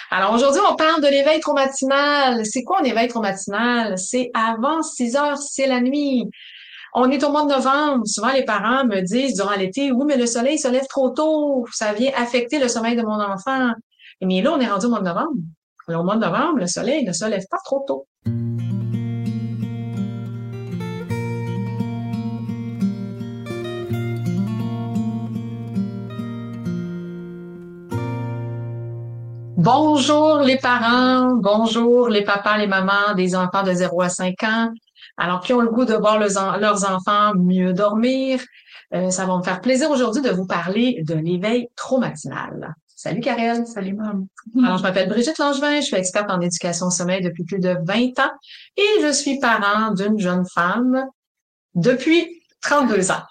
Alors aujourd'hui, on parle de l'éveil trop matinal. C'est quoi un éveil trop matinal? C'est avant 6 heures, c'est la nuit. On est au mois de novembre. Souvent, les parents me disent durant l'été, oui, mais le soleil se lève trop tôt. Ça vient affecter le sommeil de mon enfant. Mais là, on est rendu au mois de novembre. Alors, au mois de novembre, le soleil ne se lève pas trop tôt. Bonjour les parents, bonjour les papas, les mamans des enfants de 0 à 5 ans. Alors, qui ont le goût de voir leurs enfants mieux dormir. Ça va me faire plaisir aujourd'hui de vous parler de l'éveil trop matinal. Salut Karel. Salut, maman. Alors, je m'appelle Brigitte Langevin, je suis experte en éducation au sommeil depuis plus de 20 ans et je suis parent d'une jeune femme depuis 32 ans.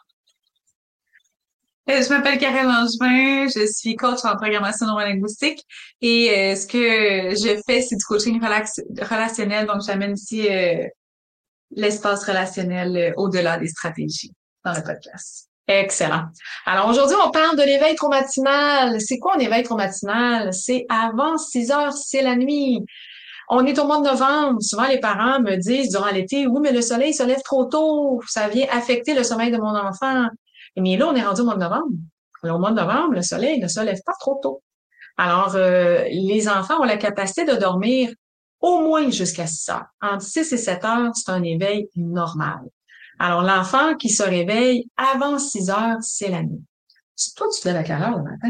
Je m'appelle Karel Langevin, je suis coach en programmation neurolinguistique et ce que je fais, c'est du coaching relationnel, donc j'amène ici l'espace relationnel au-delà des stratégies dans le podcast. Excellent. Alors aujourd'hui, on parle de l'éveil trop matinal. C'est quoi un éveil trop matinal? C'est avant 6 heures, c'est la nuit. On est au mois de novembre. Souvent, les parents me disent durant l'été, oui, mais le soleil se lève trop tôt. Ça vient affecter le sommeil de mon enfant. Mais là, on est rendu au mois de novembre. Alors, au mois de novembre, le soleil ne se lève pas trop tôt. Alors, les enfants ont la capacité de dormir au moins jusqu'à 6 heures. Entre 6 et 7 heures, c'est un éveil normal. Alors, l'enfant qui se réveille avant 6 heures, c'est la nuit. Toi, tu te lèves à quelle heure le matin?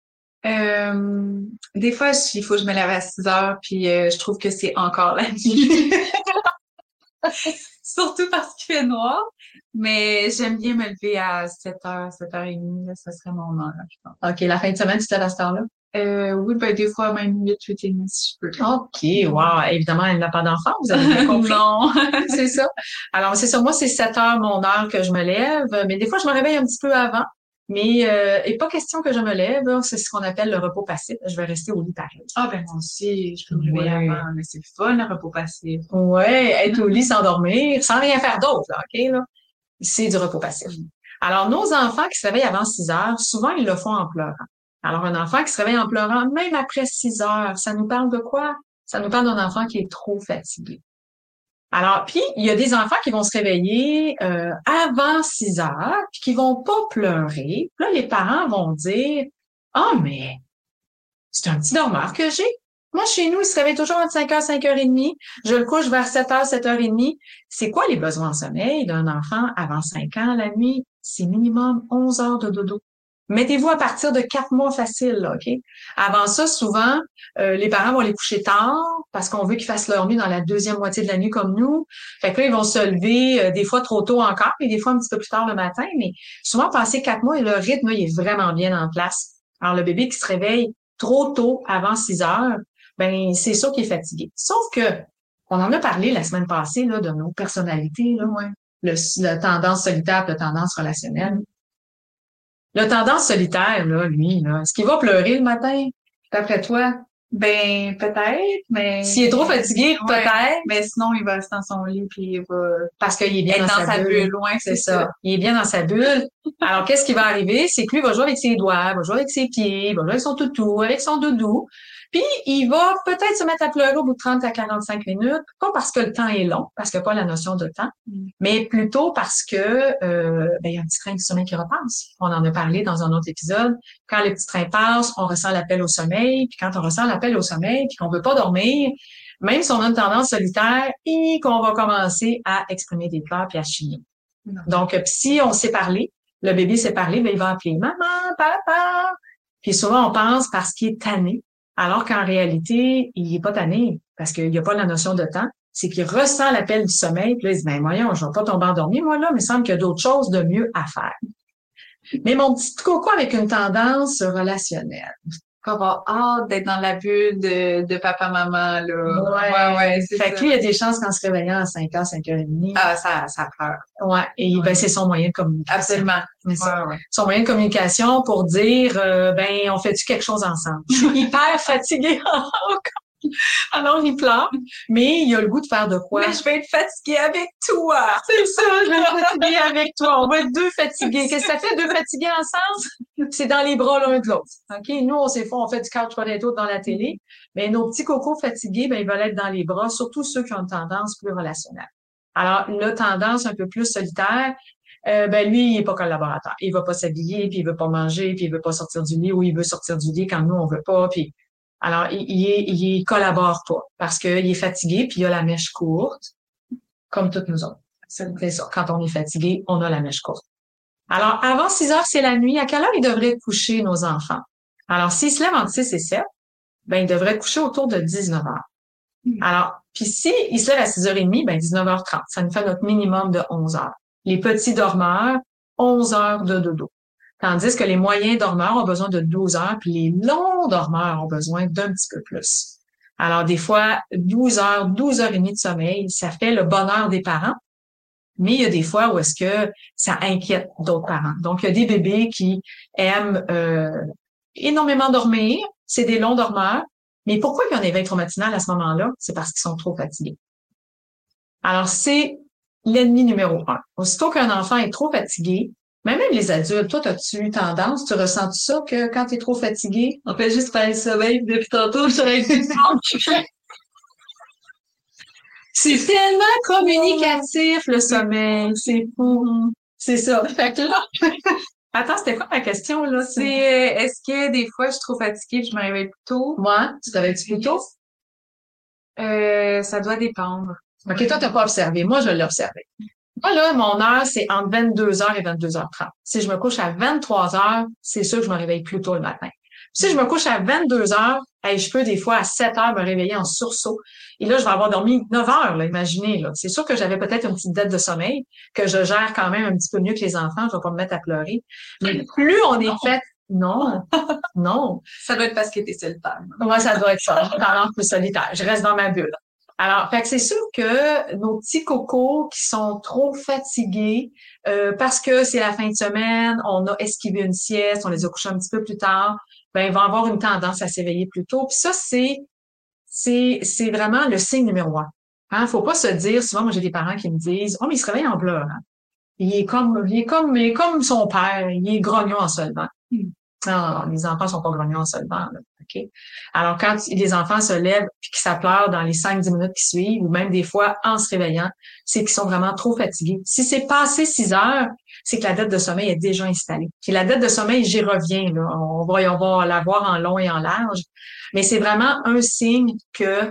Des fois, il faut que je me lève à 6 heures, puis je trouve que c'est encore la nuit. Surtout parce qu'il fait noir. Mais j'aime bien me lever à 7 heures, 7h30, là, ça serait mon heure, je pense. OK, la fin de semaine, tu te lèves à cette heure-là? Oui, ben des fois même 8h30 si je peux. OK, wow. Évidemment, elle n'a pas d'enfant, vous avez bien compris. Non. C'est ça. Alors, c'est ça. Moi, c'est 7 heures mon heure que je me lève. Mais des fois, je me réveille un petit peu avant. Mais et pas question que je me lève. C'est ce qu'on appelle le repos passif. Je vais rester au lit pareil. Ah ben moi aussi, je peux me lever avant, mais c'est le fun, le repos passif. Ouais, être au lit, s'endormir, sans rien faire d'autre, là, OK, là. C'est du repos passif. Alors, nos enfants qui se réveillent avant 6 heures, souvent, ils le font en pleurant. Alors, un enfant qui se réveille en pleurant, même après 6 heures, ça nous parle de quoi? Ça nous parle d'un enfant qui est trop fatigué. Alors, puis, il y a des enfants qui vont se réveiller avant 6 heures, puis qui vont pas pleurer. Puis là, les parents vont dire, ah, mais c'est un petit dormeur que j'ai. Moi, chez nous, il se réveille toujours entre 5 heures, 5h30. Je le couche vers 7 heures, 7h30. C'est quoi les besoins en sommeil d'un enfant avant 5 ans la nuit? C'est minimum 11 heures de dodo. Mettez-vous à partir de 4 mois facile, là, OK? Avant ça, souvent, les parents vont les coucher tard parce qu'on veut qu'ils fassent leur nuit dans la deuxième moitié de la nuit comme nous. Fait que là, ils vont se lever des fois trop tôt encore, et des fois un petit peu plus tard le matin. Mais souvent, passé 4 mois, le rythme, là, il est vraiment bien en place. Alors, le bébé qui se réveille trop tôt, avant 6 heures, ben c'est sûr qu'il est fatigué. Sauf que, on en a parlé la semaine passée, là, de nos personnalités, là, Ouais. le tendance solitaire et le tendance relationnelle. Le tendance solitaire, là, lui, là, est-ce qu'il va pleurer le matin, d'après toi? Ben peut-être, mais S'il est trop fatigué, ouais. peut-être, Mais sinon, il va rester dans son lit puis il va parce qu'il est bien être dans sa bulle. Loin, C'est ça. Il est bien dans sa bulle. Alors, qu'est-ce qui va arriver? C'est que lui, il va jouer avec ses doigts, il va jouer avec ses pieds, il va jouer avec son toutou, avec son doudou. Puis, il va peut-être se mettre à pleurer au bout de 30 à 45 minutes, pas parce que le temps est long, parce qu'il n'y a pas la notion de temps, mais plutôt parce que ben, il y a un petit train du sommeil qui repasse. On en a parlé dans un autre épisode. Quand les petits trains passent, on ressent l'appel au sommeil. Puis quand on ressent l'appel au sommeil, puis qu'on veut pas dormir, même si on a une tendance solitaire, et qu'on va commencer à exprimer des pleurs puis à chigner. Donc, si on sait parler, le bébé sait parler, ben, il va appeler maman, papa. Puis souvent, on pense parce qu'il est tanné, alors qu'en réalité, il est pas tanné parce qu'il n'y a pas la notion de temps. C'est qu'il ressent l'appel du sommeil, puis là, il se dit, ben voyons, je vais pas tomber endormi, moi, là, mais il semble qu'il y a d'autres choses de mieux à faire. Mais mon petit coco avec une tendance relationnelle. Qu'on va hâte d'être dans la bulle de papa-maman, là. Ouais, c'est Fait ça. que lui, il y a des chances qu'en se réveillant à 5 heures, 5h30. Ah, ça pleure. Ouais. Et ben, c'est son moyen de communication. Absolument. Mais ça, Ouais. son moyen de communication pour dire, ben, on fait-tu quelque chose ensemble? Je suis hyper fatiguée. Alors, il pleure, mais il a le goût de faire de quoi? Mais je vais être fatiguée avec toi. C'est ça, je vais être fatiguée avec toi. On va être deux fatigués. Qu'est-ce que ça fait, deux fatigués ensemble? C'est dans les bras l'un de l'autre. OK? Nous, on fait du couch potato dans la télé, mais nos petits cocos fatigués, ben, ils veulent être dans les bras, surtout ceux qui ont une tendance plus relationnelle. Alors, la tendance un peu plus solitaire, ben lui, il est pas collaborateur. Il va pas s'habiller, puis il veut pas manger, puis il veut pas sortir du lit, ou il veut sortir du lit quand nous, on veut pas, puis alors, il collabore pas parce qu'il est fatigué, puis il a la mèche courte, comme toutes nous autres. C'est ça. Quand on est fatigué, on a la mèche courte. Alors, avant 6 heures, c'est la nuit. À quelle heure ils devraient coucher, nos enfants? Alors, s'ils se lèvent entre 6 et 7, ben, ils devraient coucher autour de 19 heures. Alors, puis si ils se lèvent à 6h30, ben, 19h30. Ça nous fait notre minimum de 11 heures. Les petits dormeurs, 11 heures de dodo. Tandis que les moyens dormeurs ont besoin de 12 heures, puis les longs dormeurs ont besoin d'un petit peu plus. Alors, des fois, 12 heures, 12 heures et demie de sommeil, ça fait le bonheur des parents. Mais il y a des fois où est-ce que ça inquiète d'autres parents. Donc, il y a des bébés qui aiment énormément dormir. C'est des longs dormeurs. Mais pourquoi il y a un éveil trop matinal à ce moment-là? C'est parce qu'ils sont trop fatigués. Alors, c'est l'ennemi numéro un. Aussitôt qu'un enfant est trop fatigué, mais même les adultes, toi, as-tu tendance, tu ressens ça que quand tu es trop fatigué? On fait juste faire le sommeil depuis tantôt, je serais C'est tellement communicatif, le sommeil. C'est fou. C'est ça. Fait que là, attends, c'était quoi ma question, là? C'est, est-ce que des fois, je suis trop fatiguée et je me réveille plus tôt? Moi, tu te réveilles plus tôt? Ça doit dépendre. OK, toi, t'as pas observé. Moi, je l'ai observé. Moi, là, mon heure, c'est entre 22 heures et 22h30. Si je me couche à 23 heures, c'est sûr que je me réveille plus tôt le matin. Si je me couche à 22 heures, hey, je peux des fois à 7 heures me réveiller en sursaut. Et là, je vais avoir dormi 9 heures, là, imaginez. Là. C'est sûr que j'avais peut-être une petite dette de sommeil, que je gère quand même un petit peu mieux que les enfants. Je vais pas me mettre à pleurer. Mais plus on est fait... Non, non. Ça doit être parce que t'es solitaire. Moi, ça doit être ça. Talent plus solitaire. Je reste dans ma bulle. Alors, fait que c'est sûr que nos petits cocos qui sont trop fatigués parce que c'est la fin de semaine, on a esquivé une sieste, on les a couchés un petit peu plus tard, ben ils vont avoir une tendance à s'éveiller plus tôt. Puis ça, c'est vraiment le signe numéro un. Hein, faut pas se dire, souvent moi j'ai des parents qui me disent, oh mais il se réveille en pleurant. Il est comme son père, il est grognon en se levant. Non, les enfants sont pas grognons en se levant, là, OK? Alors, quand les enfants se lèvent puis qu'ils s'applaudent dans les 5-10 minutes qui suivent, ou même des fois en se réveillant, c'est qu'ils sont vraiment trop fatigués. Si c'est passé 6 heures, c'est que la dette de sommeil est déjà installée. Puis la dette de sommeil, j'y reviens, là. On va la voir en long et en large. Mais c'est vraiment un signe que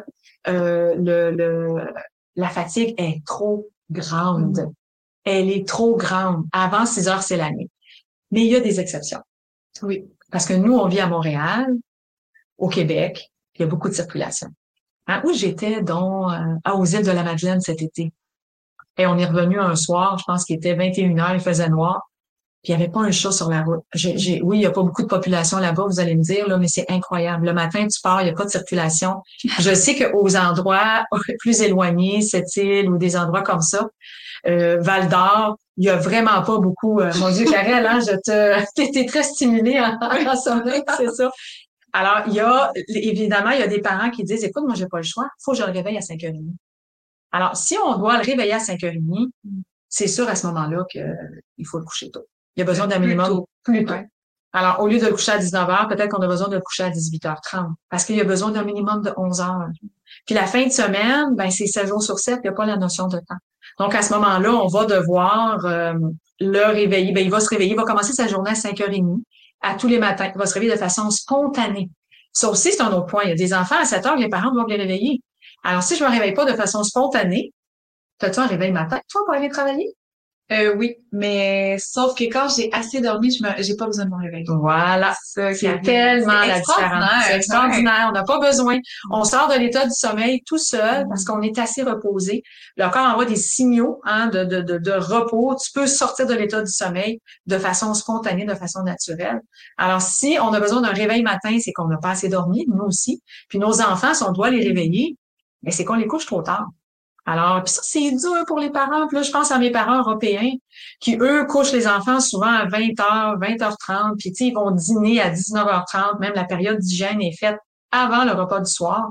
la fatigue est trop grande. Elle est trop grande. Avant 6 heures, c'est la nuit. Mais il y a des exceptions. Oui, parce que nous, on vit à Montréal, au Québec, il y a beaucoup de circulation. Hein, où j'étais, aux îles de la Madeleine cet été. Et on est revenu un soir, je pense qu'il était 21 heures, il faisait noir, puis il n'y avait pas un chat sur la route. Oui, il n'y a pas beaucoup de population là-bas, vous allez me dire, là, mais c'est incroyable. Le matin, tu pars, il n'y a pas de circulation. Je sais qu'aux endroits plus éloignés, cette île ou des endroits comme ça, Val-d'Or, il y a vraiment pas beaucoup. Mon Dieu, Karel, hein, t'es très stimulée en sommeil, c'est ça. Alors, évidemment, il y a des parents qui disent, écoute, moi, j'ai pas le choix, faut que je le réveille à 5h30. Alors, si on doit le réveiller à 5h30, c'est sûr à ce moment-là qu'il faut le coucher tôt. Il y a besoin d'un minimum plus tôt. Ouais. Alors, au lieu de le coucher à 19h, peut-être qu'on a besoin de le coucher à 18h30 parce qu'il y a besoin d'un minimum de 11 heures. Puis la fin de semaine, ben c'est 7 jours sur 7, il n'y a pas la notion de temps. Donc, à ce moment-là, on va devoir le réveiller. Ben, il va se réveiller, il va commencer sa journée à 5h30 à tous les matins. Il va se réveiller de façon spontanée. Ça aussi, c'est un autre point. Il y a des enfants à 7 heures, les parents doivent les réveiller. Alors, si je me réveille pas de façon spontanée, t'as-tu un réveil matin, toi, pour aller travailler? Oui, mais sauf que quand j'ai assez dormi, j'ai pas besoin de mon réveil. Voilà. C'est tellement la différence. C'est extraordinaire. On n'a pas besoin. On sort de l'état du sommeil tout seul parce qu'on est assez reposé. Le corps envoie des signaux de repos. Tu peux sortir de l'état du sommeil de façon spontanée, de façon naturelle. Alors, si on a besoin d'un réveil matin, c'est qu'on n'a pas assez dormi, nous aussi. Puis nos enfants, si on doit les réveiller, mais c'est qu'on les couche trop tard. Alors, puis ça, c'est dur pour les parents. Puis là, je pense à mes parents européens qui, eux, couchent les enfants souvent à 20h, 20h30. Puis, tu sais, ils vont dîner à 19h30. Même la période d'hygiène est faite avant le repas du soir.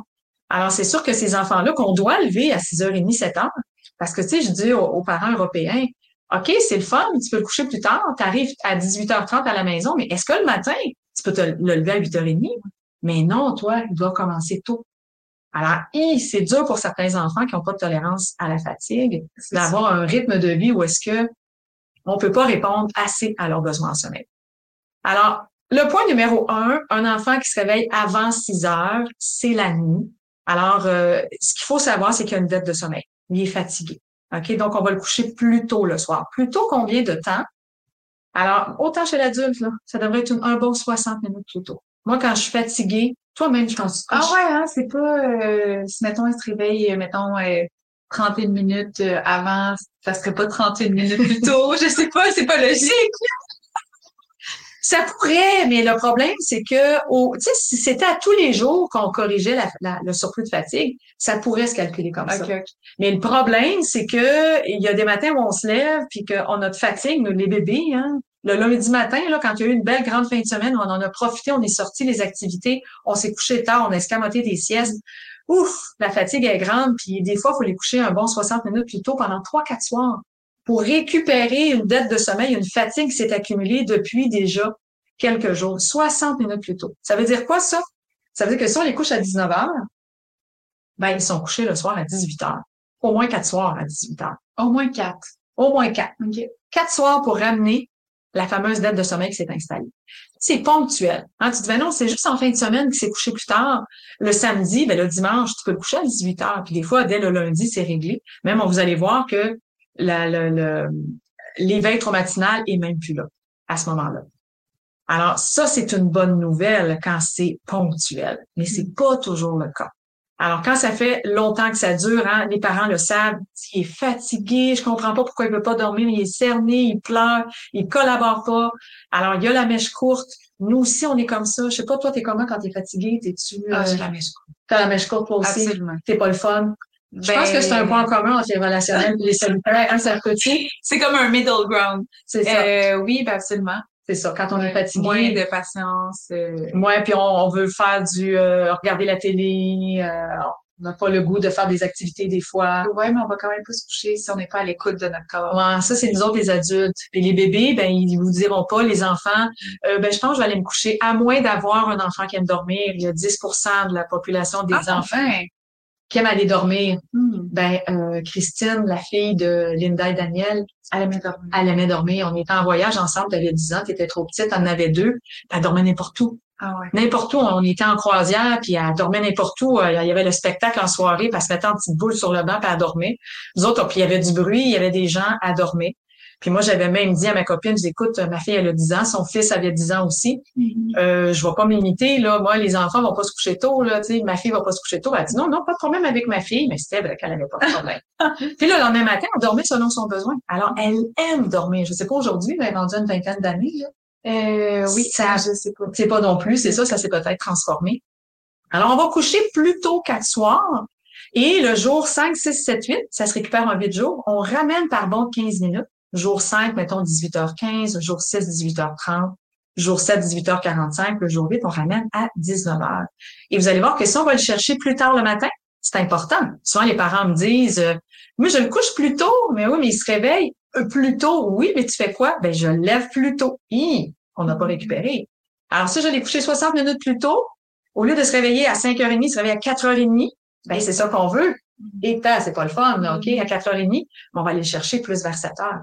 Alors, c'est sûr que ces enfants-là, qu'on doit lever à 6h30, 7h, parce que, tu sais, je dis aux parents européens, OK, c'est le fun, tu peux le coucher plus tard, tu arrives à 18h30 à la maison, mais est-ce que le matin, tu peux te le lever à 8h30? Mais non, toi, il doit commencer tôt. Alors, c'est dur pour certains enfants qui n'ont pas de tolérance à la fatigue d'avoir un rythme de vie où est-ce que on peut pas répondre assez à leurs besoins en sommeil. Alors, le point numéro un enfant qui se réveille avant 6h, c'est la nuit. Alors, ce qu'il faut savoir, c'est qu'il y a une dette de sommeil. Il est fatigué. OK? Donc, on va le coucher plus tôt le soir. Plus tôt combien de temps? Alors, autant chez l'adulte, là, ça devrait être un bon 60 minutes plus tôt. Moi, quand je suis fatiguée, toi-même, je pense. Ah ouais, hein, c'est pas, si mettons, il se réveille, mettons, 31 minutes avant, ça serait pas 31 minutes plus tôt, je sais pas, c'est pas logique. Ça pourrait, mais le problème, c'est que, tu sais, si c'était à tous les jours qu'on corrigeait le surplus de fatigue, ça pourrait se calculer comme ça. Ok. Mais le problème, c'est que il y a des matins où on se lève puis qu'on a de fatigue, nous, les bébés, hein. Le lundi matin, là, quand il y a eu une belle grande fin de semaine, où on en a profité, on est sorti les activités, on s'est couché tard, on a escamoté des siestes. Ouf, la fatigue est grande, puis des fois, il faut les coucher un bon 60 minutes plus tôt pendant 3-4 soirs pour récupérer une dette de sommeil, une fatigue qui s'est accumulée depuis déjà quelques jours, 60 minutes plus tôt. Ça veut dire quoi, ça? Ça veut dire que si on les couche à 19h, ben, ils sont couchés le soir à 18h. Au moins 4 soirs à 18h. Au moins 4. Au moins 4. Okay. 4 soirs pour ramener la fameuse dette de sommeil qui s'est installée. C'est ponctuel. Hein, tu te dis, ben non, c'est juste en fin de semaine qu'il s'est couché plus tard. Le samedi, ben le dimanche, tu peux le coucher à 18h. Puis des fois, dès le lundi, c'est réglé. Même, vous allez voir que l'éveil trop-matinal est même plus là, à ce moment-là. Alors, ça, c'est une bonne nouvelle quand c'est ponctuel, mais c'est pas toujours le cas. Alors, quand ça fait longtemps que ça dure, hein, les parents le savent, il est fatigué, je comprends pas pourquoi il veut pas dormir, il est cerné, il pleure, il collabore pas. Alors, il y a la mèche courte. Nous aussi, on est comme ça. Je sais pas, toi, t'es comment quand t'es fatigué? T'es-tu... j'ai la mèche courte. T'as la mèche courte, toi aussi? Absolument. T'es pas le fun? Je pense que c'est un point commun entre les relationnels et les solitaires. Hein, ça peut-tu? C'est comme un middle ground. C'est ça. Oui, ben absolument. C'est ça, quand on est fatigué. Moins de patience. Ouais, puis on veut faire regarder la télé, on n'a pas le goût de faire des activités des fois. Ouais, mais on va quand même pas se coucher si on n'est pas à l'écoute de notre corps. Ouais, ça, c'est nous autres, les adultes. Puis les bébés, ben, ils vous diront pas, les enfants, ben, je pense que je vais aller me coucher, à moins d'avoir un enfant qui aime dormir. Il y a 10% de la population des enfants qui aiment aller dormir. Ben, Christine, la fille de Linda et Daniel, elle aimait dormir. Elle aimait dormir. On était en voyage ensemble, t'avais 10 ans, t'étais trop petite, t'en avais 2. Elle dormait n'importe où. Ah ouais. N'importe où. On était en croisière, puis elle dormait n'importe où. Il y avait le spectacle en soirée, puis elle se mettait en petite boule sur le banc, puis elle dormait. Nous autres, puis il y avait du bruit, il y avait des gens à dormir. Puis moi, j'avais même dit à ma copine, je dis, écoute, ma fille, elle a 10 ans, son fils avait 10 ans aussi. Je vais pas m'imiter, là. Moi, les enfants vont pas se coucher tôt, là, tu sais. Ma fille va pas se coucher tôt. Elle dit, non, pas de problème avec ma fille. Mais c'était vrai qu'elle avait pas de problème. Puis là, le lendemain matin, on dormait selon son besoin. Alors, elle aime dormir. Je sais pas aujourd'hui, mais elle est rendue une vingtaine d'années, là. Oui, ça, je sais pas. C'est pas non plus, c'est ça s'est peut-être transformé. Alors, on va coucher plus tôt 4 soirs. Et le jour 5, 6, 7, 8, ça se récupère en 8 jours. On ramène par bon 15 minutes. Jour 5, mettons 18h15, jour 6, 18h30, jour 7, 18h45, le jour 8, on ramène à 19h. Et vous allez voir que si on va le chercher plus tard le matin, c'est important. Souvent, les parents me disent, moi, je le couche plus tôt, mais oui, mais il se réveille plus tôt. Oui, mais tu fais quoi? Ben, je le lève plus tôt. On n'a pas récupéré. Alors, si je l'ai couché 60 minutes plus tôt, au lieu de se réveiller à 5h30, il se réveille à 4h30, ben, c'est ça qu'on veut. Et c'est pas le fun, là, OK? À 4h30, on va aller le chercher plus vers 7h.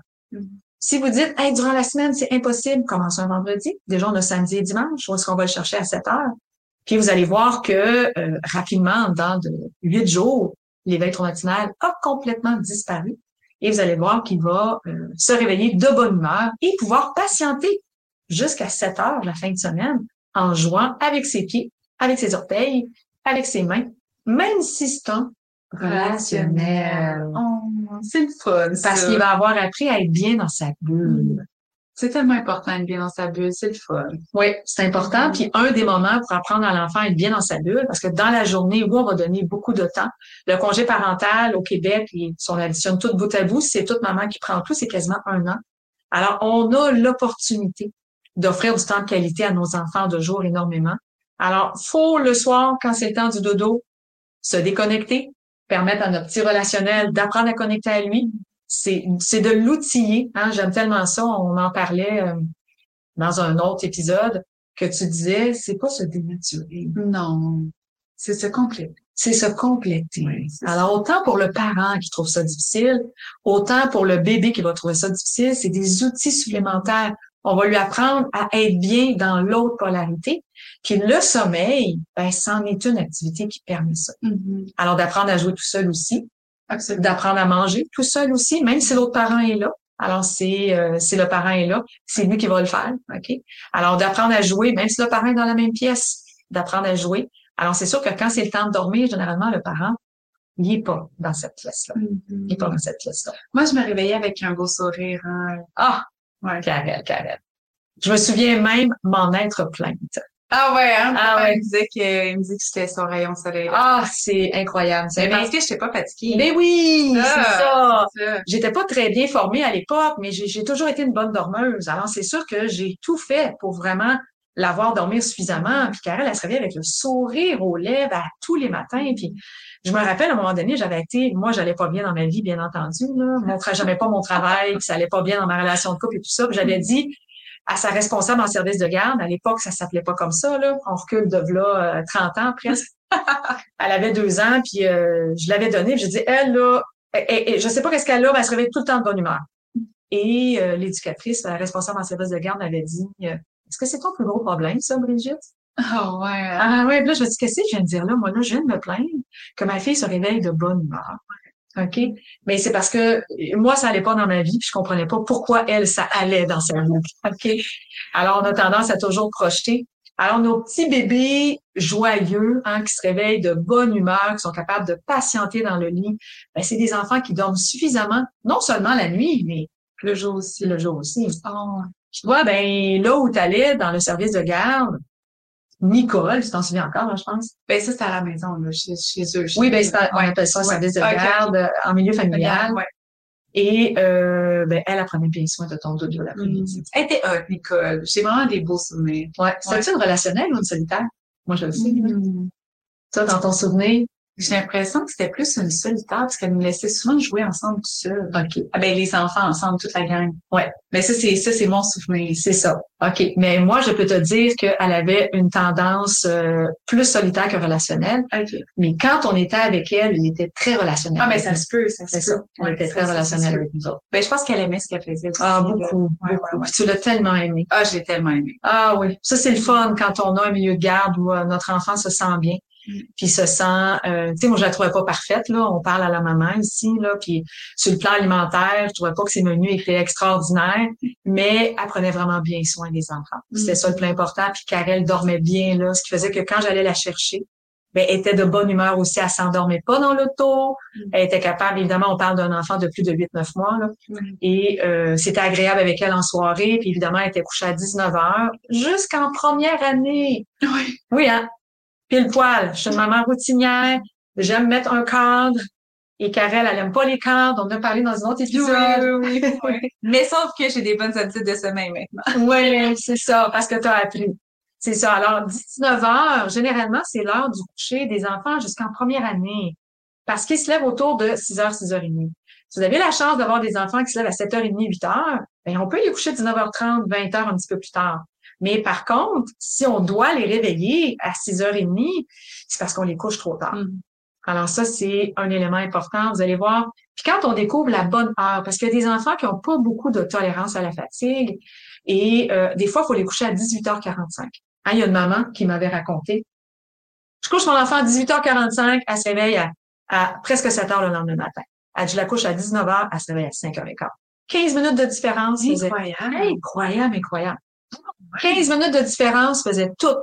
Si vous dites, hey, durant la semaine, c'est impossible, commence un vendredi. Déjà, on a samedi et dimanche, où est-ce qu'on va le chercher à 7h? Puis vous allez voir que rapidement, dans 8 jours, l'éveil trop matinal a complètement disparu. Et vous allez voir qu'il va se réveiller de bonne humeur et pouvoir patienter jusqu'à 7h la fin de semaine en jouant avec ses pieds, avec ses orteils, avec ses mains, même si c'est un relationnel. Oh, c'est le fun, parce qu'il va avoir appris à être bien dans sa bulle. C'est tellement important d'être bien dans sa bulle, c'est le fun. Oui, c'est important. Puis un des moments pour apprendre à l'enfant à être bien dans sa bulle, parce que dans la journée où on va donner beaucoup de temps, le congé parental au Québec, si on additionne tout bout à bout, c'est toute maman qui prend tout, c'est quasiment 1 an. Alors, on a l'opportunité d'offrir du temps de qualité à nos enfants de jour énormément. Alors, faut le soir, quand c'est le temps du dodo, se déconnecter, permettre à notre petit relationnel d'apprendre à connecter à lui. C'est de l'outiller, hein. J'aime tellement ça. On en parlait dans un autre épisode que tu disais, c'est pas se dénaturer. Non. C'est se compléter. C'est se compléter. Oui, c'est Alors, ça. autant pour le parent qui trouve ça difficile, autant pour le bébé qui va trouver ça difficile, c'est des outils supplémentaires. On va lui apprendre à être bien dans l'autre polarité. Puis le sommeil, ben, c'en est une activité qui permet ça. Mm-hmm. Alors, d'apprendre à jouer tout seul aussi, Absolument. d'apprendre à manger tout seul aussi, même si l'autre parent est là. Alors, si le parent est là, c'est lui qui va le faire, OK? Alors, d'apprendre à jouer, même si le parent est dans la même pièce, d'apprendre à jouer. Alors, c'est sûr que quand c'est le temps de dormir, généralement, le parent, il n'est pas dans cette pièce-là. Il n'est pas dans cette pièce-là. Moi, je me réveillais avec un beau sourire, hein. Ah! Ouais. Karel. Je me souviens même m'en être plainte. Ah ouais, hein? Ah Papa, ouais. il me disait que j'étais son rayon soleil. Ah, c'est incroyable. Mais parce que j'étais pas fatiguée. Mais oui, c'est ça. C'est ça. J'étais pas très bien formée à l'époque, mais j'ai toujours été une bonne dormeuse. Alors, c'est sûr que j'ai tout fait pour vraiment la voir dormir suffisamment. Puis Karel, elle se réveillait avec le sourire aux lèvres à tous les matins. Puis je me rappelle, à un moment donné, moi, j'allais pas bien dans ma vie, bien entendu, là. J'aimais pas mon travail, puis ça allait pas bien dans ma relation de couple et tout ça. Puis j'avais dit à sa responsable en service de garde, à l'époque, ça s'appelait pas comme ça, là. On recule de là 30 ans presque. Elle avait 2 ans, puis je l'avais donné, puis j'ai dit, elle, là, je sais pas qu'est-ce qu'elle a, mais elle se réveille tout le temps de bonne humeur. Et l'éducatrice, la responsable en service de garde, m'avait dit, est-ce que c'est ton plus gros problème, ça, Brigitte? Ah ouais. Ah ouais, puis là, je me dis, qu'est-ce que je viens de dire là? Moi, là, je viens de me plaindre que ma fille se réveille de bonne humeur. OK? Mais c'est parce que moi, ça allait pas dans ma vie, puis je comprenais pas pourquoi elle, ça allait dans sa vie. OK? Alors, on a tendance à toujours projeter. Alors, nos petits bébés joyeux, hein, qui se réveillent de bonne humeur, qui sont capables de patienter dans le lit, ben, c'est des enfants qui dorment suffisamment, non seulement la nuit, mais Le jour aussi. le jour aussi. Oh. Tu vois, ben, là où tu allais, dans le service de garde, Nicole, tu t'en souviens encore, là, je pense? Ben ça, c'était à la maison, là, chez eux. Oui, ben, on appelle ça un service de garde en milieu familial. Ouais. Et ben, elle prenait bien soin de ton doudou l'après-midi. Elle était hot, Nicole. J'ai vraiment des beaux souvenirs. Ouais. C'était-tu une relationnelle ou une solitaire? Moi, je le sais. Mm. Toi, dans ton souvenir? J'ai l'impression que c'était plus une solitaire parce qu'elle nous laissait souvent jouer ensemble tout seul. OK. Ah ben les enfants ensemble, toute la gang. Ouais. Mais ça, c'est mon souvenir. C'est ça. OK. Mais moi, je peux te dire qu'elle avait une tendance plus solitaire que relationnelle. OK. Mais quand on était avec elle, il était très relationnel. Ah, mais ça se peut, C'est ça. Elle était très ça, relationnelle ça, avec nous autres. Ben, je pense qu'elle aimait ce qu'elle faisait aussi. Ah, beaucoup. Ouais. Puis tu l'as tellement aimé. Ah, je l'ai tellement aimé. Ah oui. Ça, c'est le fun quand on a un milieu de garde où notre enfant se sent bien. Puis se sent, tu sais, moi je la trouvais pas parfaite là. On parle à la maman ici là. Puis sur le plan alimentaire, je trouvais pas que ses menus étaient extraordinaires, mais elle prenait vraiment bien soin des enfants. C'était ça le plus important. Puis Karel dormait bien là, ce qui faisait que quand j'allais la chercher, ben elle était de bonne humeur aussi. Elle s'endormait pas dans l'auto. Elle était capable. Évidemment, on parle d'un enfant de plus de 8-9 mois là. Et c'était agréable avec elle en soirée. Puis évidemment, elle était couchée à 19h jusqu'en première année. Oui. Oui, hein. Pile poil. Je suis une maman routinière. J'aime mettre un cadre. Et Karel, elle aime pas les cadres. On en a parlé dans un autre épisode. Oui. Mais sauf que j'ai des bonnes habitudes de sommeil maintenant. Oui, c'est ça, parce que tu as appris. C'est ça. Alors, 19 heures, généralement, c'est l'heure du coucher des enfants jusqu'en première année. Parce qu'ils se lèvent autour de 6h, 6h30. Si vous avez la chance d'avoir des enfants qui se lèvent à 7h30, 8h, ben, on peut les coucher 19h30, 20h un petit peu plus tard. Mais par contre, si on doit les réveiller à 6h30, c'est parce qu'on les couche trop tard. Alors ça, c'est un élément important. Vous allez voir. Puis quand on découvre la bonne heure, parce qu'il y a des enfants qui n'ont pas beaucoup de tolérance à la fatigue, et des fois, il faut les coucher à 18h45. Hein, il y a une maman qui m'avait raconté. Je couche mon enfant à 18h45, elle se réveille à presque 7h le lendemain matin. Elle dit, je la couche à 19h, elle se réveille à 5h15. 15 minutes de différence. Incroyable. 15 minutes de différence faisait toute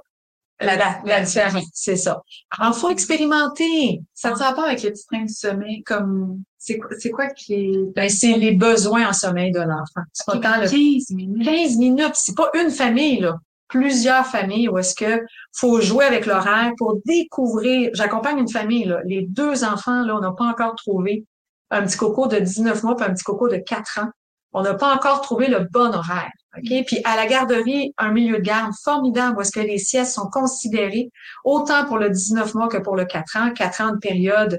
la différence. C'est ça. Alors, faut expérimenter. Ça te rapport avec les petits trains de sommeil, comme, c'est quoi qui est... Ben, c'est les besoins en sommeil de l'enfant. C'est pas tant 15 minutes. 15 minutes. C'est pas une famille, là. Plusieurs familles où est-ce que faut jouer avec l'horaire pour découvrir. J'accompagne une famille, là. Les 2 enfants, là, on n'a pas encore trouvé un petit coco de 19 mois puis un petit coco de 4 ans. On n'a pas encore trouvé le bon horaire. OK? Puis à la garderie, un milieu de garde formidable où est-ce que les siestes sont considérées autant pour le 19 mois que pour le 4 ans. 4 ans de période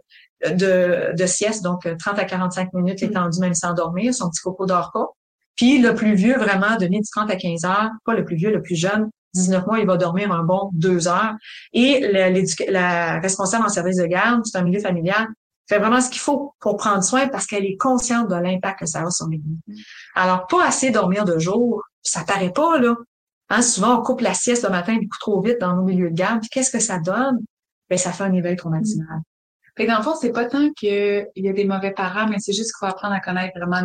de sieste, donc 30 à 45 minutes étendu même sans dormir. Son petit coco dort pas. Puis le plus vieux, vraiment, de 30 à 15 heures, pas le plus vieux, le plus jeune, 19 mois, il va dormir un bon 2 heures. Et la responsable en service de garde, c'est un milieu familial, fait vraiment ce qu'il faut pour prendre soin parce qu'elle est consciente de l'impact que ça a sur les vies. Alors, pas assez dormir de jour, ça paraît pas, là. Hein, souvent, on coupe la sieste le matin beaucoup trop vite dans nos milieux de garde. Puis qu'est-ce que ça donne? Ben, ça fait un éveil traumatinal. Fait que dans le fond, c'est pas tant qu'il y a des mauvais parents, mais c'est juste qu'il faut apprendre à connaître vraiment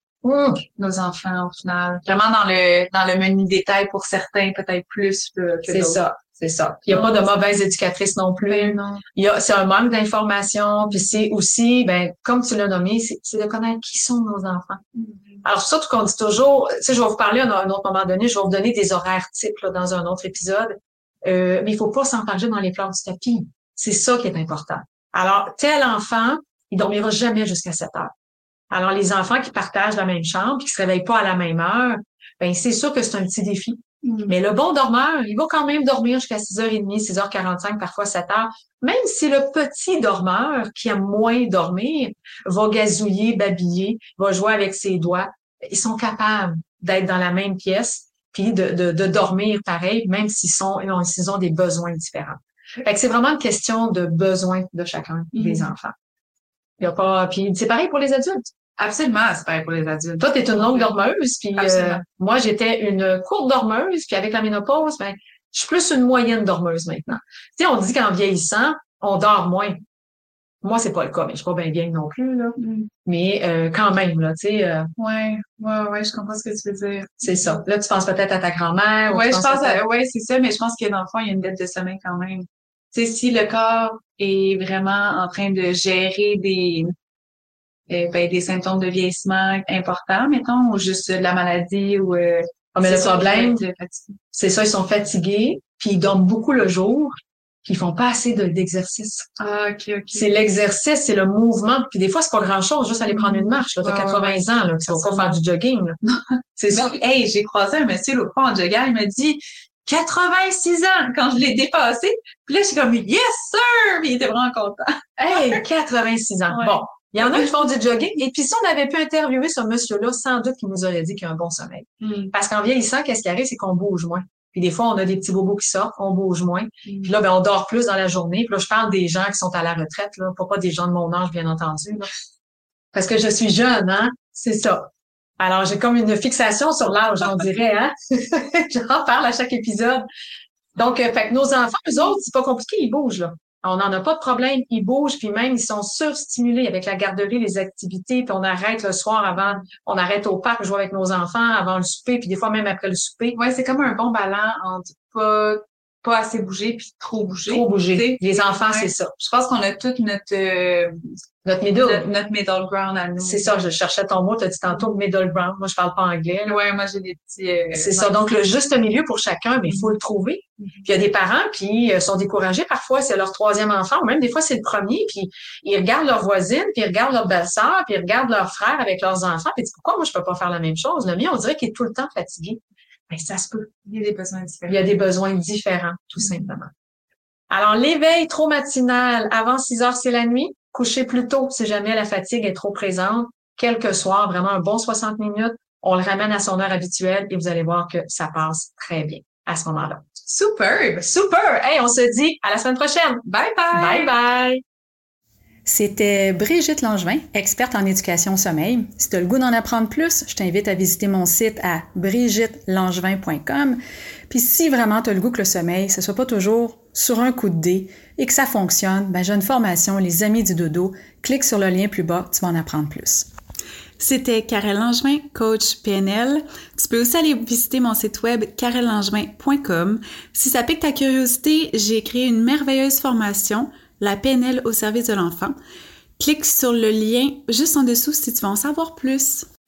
nos enfants au final. Vraiment dans le menu détail pour certains, peut-être plus que C'est d'autres. ça. C'est ça. Il n'y a pas de mauvaise éducatrice non plus. Ben non. C'est un manque d'information. Puis c'est aussi, ben, comme tu l'as nommé, c'est de connaître qui sont nos enfants. Alors, surtout qu'on dit toujours, tu sais, je vais vous parler à un autre moment donné, je vais vous donner des horaires types là, dans un autre épisode. Mais il faut pas s'enfarger dans les pleurs du tapis. C'est ça qui est important. Alors, tel enfant, il dormira jamais jusqu'à 7 heures. Alors, les enfants qui partagent la même chambre puis qui se réveillent pas à la même heure, ben, c'est sûr que c'est un petit défi. Mais le bon dormeur, il va quand même dormir jusqu'à 6h30, 6h45, parfois 7h. Même si le petit dormeur, qui aime moins dormir, va gazouiller, babiller, va jouer avec ses doigts, ils sont capables d'être dans la même pièce puis de dormir pareil, même s'ils ont des besoins différents. Fait que c'est vraiment une question de besoin de chacun des enfants. Il y a pas, puis c'est pareil pour les adultes. Absolument, c'est pareil pour les adultes. Toi, t'es une longue dormeuse, puis moi, j'étais une courte dormeuse, puis avec la ménopause, ben, je suis plus une moyenne dormeuse maintenant. Tu sais, on dit qu'en vieillissant, on dort moins. Moi, c'est pas le cas, mais je suis pas bien vieille non plus, là. Mais quand même, là, tu sais. Ouais, je comprends ce que tu veux dire. C'est ça. Là, tu penses peut-être à ta grand-mère. Ouais, c'est ça, mais je pense que dans le fond, il y a une dette de sommeil quand même. Tu sais, si le corps est vraiment en train de gérer des symptômes de vieillissement importants, mettons, ou juste de la maladie ou mais le problème, c'est ça, ils sont fatigués, puis ils dorment beaucoup le jour, puis ils font pas assez d'exercice. Ah, ok. C'est l'exercice, c'est le mouvement, puis des fois, c'est pas grand-chose, juste aller prendre une marche, là, t'as 80 ans, là, tu vas pas faire du jogging, là. C'est ça. Hey, j'ai croisé un monsieur l'autre fois en jogging, il m'a dit 86 ans quand je l'ai dépassé. Puis là, je suis comme yes sir, mais il était vraiment content. Hey, 86 ans. Ouais. Bon. Il y en a qui font du jogging. Et puis, si on avait pu interviewer ce monsieur-là, sans doute qu'il nous aurait dit qu'il a un bon sommeil. Parce qu'en vieillissant, qu'est-ce qui arrive, c'est qu'on bouge moins. Puis des fois, on a des petits bobos qui sortent, on bouge moins. Puis là, ben, on dort plus dans la journée. Puis là, je parle des gens qui sont à la retraite, là, pas des gens de mon âge, bien entendu, là. Parce que je suis jeune, hein. C'est ça. Alors, j'ai comme une fixation sur l'âge, on dirait, hein. J'en parle à chaque épisode. Donc, fait que nos enfants, eux autres, c'est pas compliqué, ils bougent, là. On n'en a pas de problème, ils bougent, puis même ils sont surstimulés avec la garderie, les activités, puis on arrête le soir on arrête au parc, jouer avec nos enfants avant le souper, puis des fois même après le souper. Ouais, c'est comme un bon ballon entre pas assez bouger puis trop bouger. Trop bouger. Les enfants, c'est ça. Je pense qu'on a tout notre middle ground à nous. C'est ça, je cherchais ton mot, tu as dit tantôt middle ground. Moi, je parle pas anglais. Là. Ouais, moi j'ai des petits c'est ça, donc le juste milieu pour chacun, mais il faut le trouver. Puis il y a des parents qui sont découragés parfois, c'est leur troisième enfant, ou même des fois c'est le premier, puis ils regardent leur voisine, puis ils regardent leur belle-sœur, puis ils regardent leur frère avec leurs enfants, puis ils disent pourquoi moi je peux pas faire la même chose? Le mien, on dirait qu'il est tout le temps fatigué. Ben, ça se peut. Il y a des besoins différents. Il y a des besoins différents, tout simplement. Alors, l'éveil trop matinal avant 6 heures, c'est la nuit. Coucher plus tôt si jamais la fatigue est trop présente. Quelques soirs, vraiment un bon 60 minutes. On le ramène à son heure habituelle et vous allez voir que ça passe très bien à ce moment-là. Superbe! Super! Hey, on se dit à la semaine prochaine. Bye bye! Bye bye! C'était Brigitte Langevin, experte en éducation au sommeil. Si tu as le goût d'en apprendre plus, je t'invite à visiter mon site à brigittelangevin.com. Puis si vraiment tu as le goût que le sommeil, ce soit pas toujours sur un coup de dé et que ça fonctionne, ben j'ai une formation Les Amis du Dodo. Clique sur le lien plus bas, tu vas en apprendre plus. C'était Karel Langevin, coach PNL. Tu peux aussi aller visiter mon site web karellangevin.com. Si ça pique ta curiosité, j'ai créé une merveilleuse formation, la PNL au service de l'enfant. Clique sur le lien juste en dessous si tu veux en savoir plus.